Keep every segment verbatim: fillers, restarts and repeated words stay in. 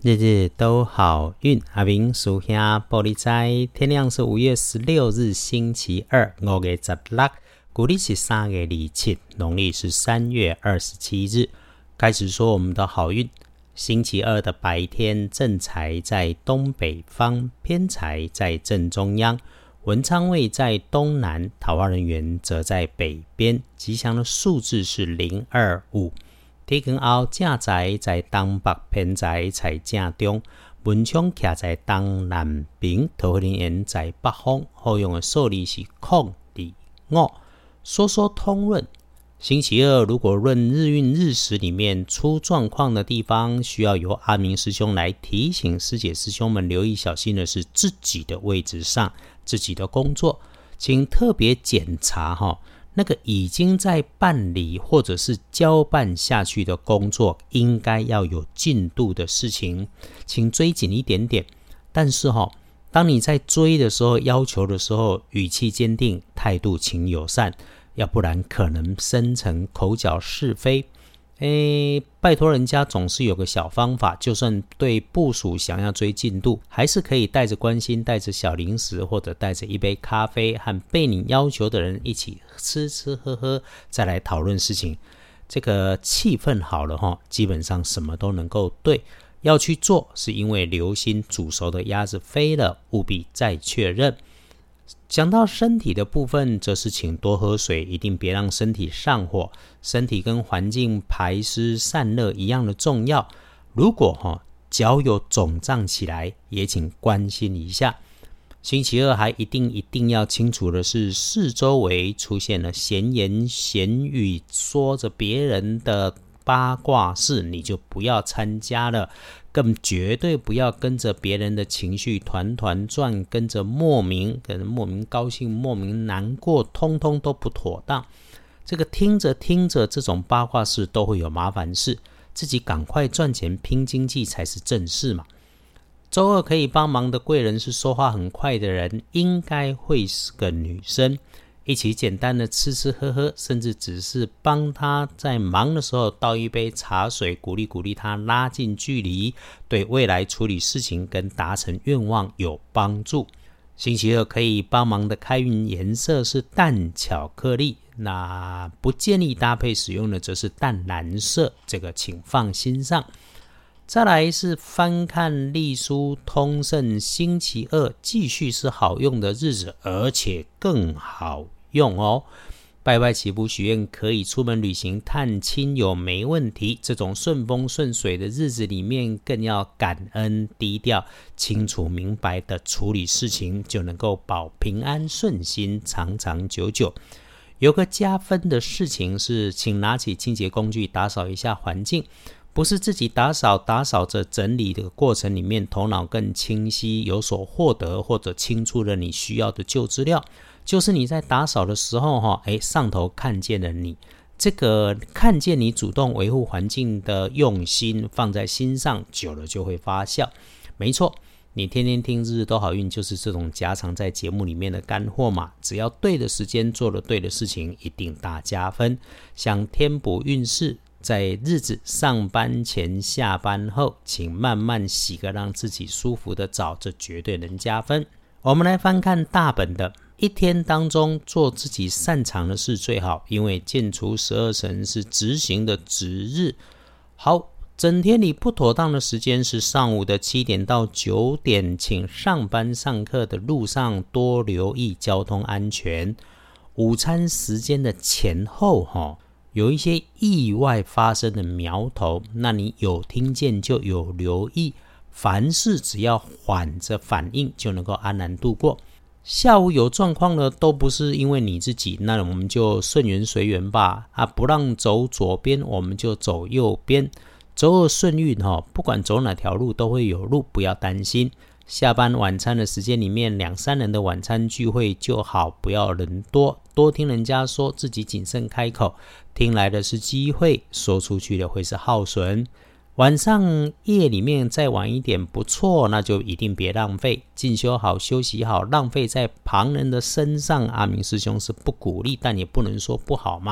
日日都好运，阿明属兄玻璃斋。天亮是五月十六日星期二，五月十六，古历是三月二十七，农历是三月二十七日。开始说我们的好运。星期二的白天，正财在东北方，偏财在正中央，文昌位在东南，桃花人缘则在北边。吉祥的数字是零二五。天光后，正财在东北，偏财在正中，文昌徛在东南边，桃花人缘在北方。好用的数字是空二五。说说通论。星期二如果论日运日时里面出状况的地方，需要由阿明师兄来提醒师姐师兄们留意小心的是自己的位置上，自己的工作，请特别检查哈。那个已经在办理或者是交办下去的工作，应该要有进度的事情，请追紧一点点。但是哈，当你在追的时候，要求的时候，语气坚定，态度请友善，要不然可能生成口角是非。诶，拜托人家总是有个小方法，就算对部属想要追进度，还是可以带着关心，带着小零食，或者带着一杯咖啡，和被你要求的人一起吃吃喝喝，再来讨论事情。这个气氛好了齁，基本上什么都能够对。要去做，是因为留心煮熟的鸭子飞了，务必再确认。讲到身体的部分，则是请多喝水，一定别让身体上火。身体跟环境排湿散热一样的重要。如果、哦、脚有肿胀起来，也请关心一下。星期二还一定一定要清楚的是，四周围出现了闲言闲语，说着别人的八卦事，你就不要参加了。更绝对不要跟着别人的情绪团团转，跟着莫名跟莫名高兴莫名难过，通通都不妥当。这个听着听着，这种八卦事都会有麻烦事，自己赶快赚钱拼经济才是正事嘛。周二可以帮忙的贵人是说话很快的人，应该会是个女生。一起简单的吃吃喝喝，甚至只是帮他在忙的时候倒一杯茶水，鼓励鼓励他，拉近距离，对未来处理事情跟达成愿望有帮助。星期二可以帮忙的开运颜色是淡巧克力，那不建议搭配使用的则是淡蓝色，这个请放心上。再来是翻看历书通胜，星期二继续是好用的日子，而且更好用哦。拜拜祈福许愿，可以出门旅行探亲友没问题。这种顺风顺水的日子里面，更要感恩低调，清楚明白的处理事情，就能够保平安顺心，长长久久。有个加分的事情是，请拿起清洁工具打扫一下环境。不是自己打扫，打扫着整理的过程里面，头脑更清晰，有所获得，或者清出了你需要的旧资料。就是你在打扫的时候，诶，上头看见了你，这个看见你主动维护环境的用心，放在心上，久了就会发酵。没错，你天天听日日都好运，就是这种夹藏在节目里面的干货嘛。只要对的时间做了对的事情，一定大加分。想添补运势，在日子上班前下班后，请慢慢洗个让自己舒服的澡，这绝对能加分。我们来翻看大本的，一天当中做自己擅长的事最好，因为建除十二神是执行的值日。好，整天里不妥当的时间是上午的七点到九点，请上班上课的路上多留意交通安全。午餐时间的前后齁，有一些意外发生的苗头，那你有听见就有留意，凡事只要缓着反应就能够安然度过。下午有状况呢，都不是因为你自己，那我们就顺缘随缘吧。啊，不让走左边，我们就走右边。周二顺运齁，不管走哪条路都会有路，不要担心。下班晚餐的时间里面，两三人的晚餐聚会就好，不要人多，多听人家说，自己谨慎开口，听来的是机会，说出去的会是耗损。晚上夜里面再晚一点不错，那就一定别浪费，进修好休息好，浪费在旁人的身上，阿明师兄是不鼓励，但也不能说不好嘛。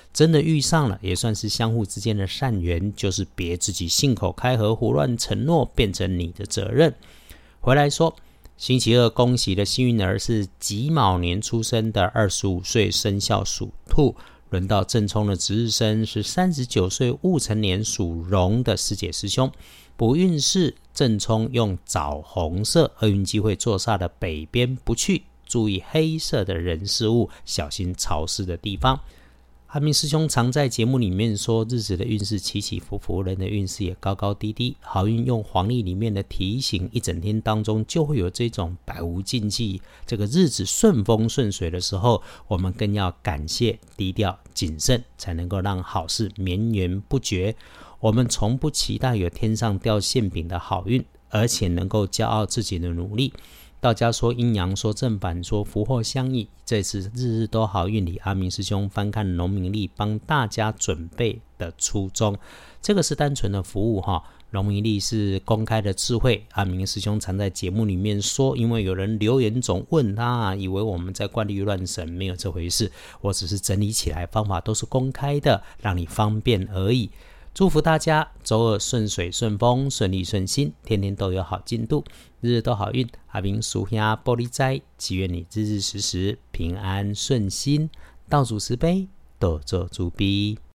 真的遇上了，也算是相互之间的善缘，就是别自己信口开河胡乱承诺，变成你的责任。回来说，星期二恭喜的幸运儿是己卯年出生的二十五岁生肖属兔，轮到正冲的值日生是三十九岁戊辰年属龙的师姐师兄。补运势正冲用枣红色，厄运机会坐煞的北边不去，注意黑色的人事物，小心潮湿的地方。阿明师兄常在节目里面说，日子的运势起起伏伏，人的运势也高高低低。好运用黄历里面的提醒，一整天当中就会有这种百无禁忌，这个日子顺风顺水的时候，我们更要感谢、低调、谨慎，才能够让好事绵延不绝。我们从不期待有天上掉馅饼的好运，而且能够骄傲自己的努力。道家说阴阳，说正反，说福祸相依。这次日日都好运里，阿明师兄翻看农民历，帮大家准备的初衷。这个是单纯的服务哈，农民历是公开的智慧。阿明师兄常在节目里面说，因为有人留言总问他，以为我们在怪力乱神，没有这回事。我只是整理起来，方法都是公开的，让你方便而已。祝福大家周二顺水顺风，顺利顺心，天天都有好进度，日日都好运。阿明属下玻璃斋，祈愿你日日时时平安顺心，道主慈悲，多做主逼。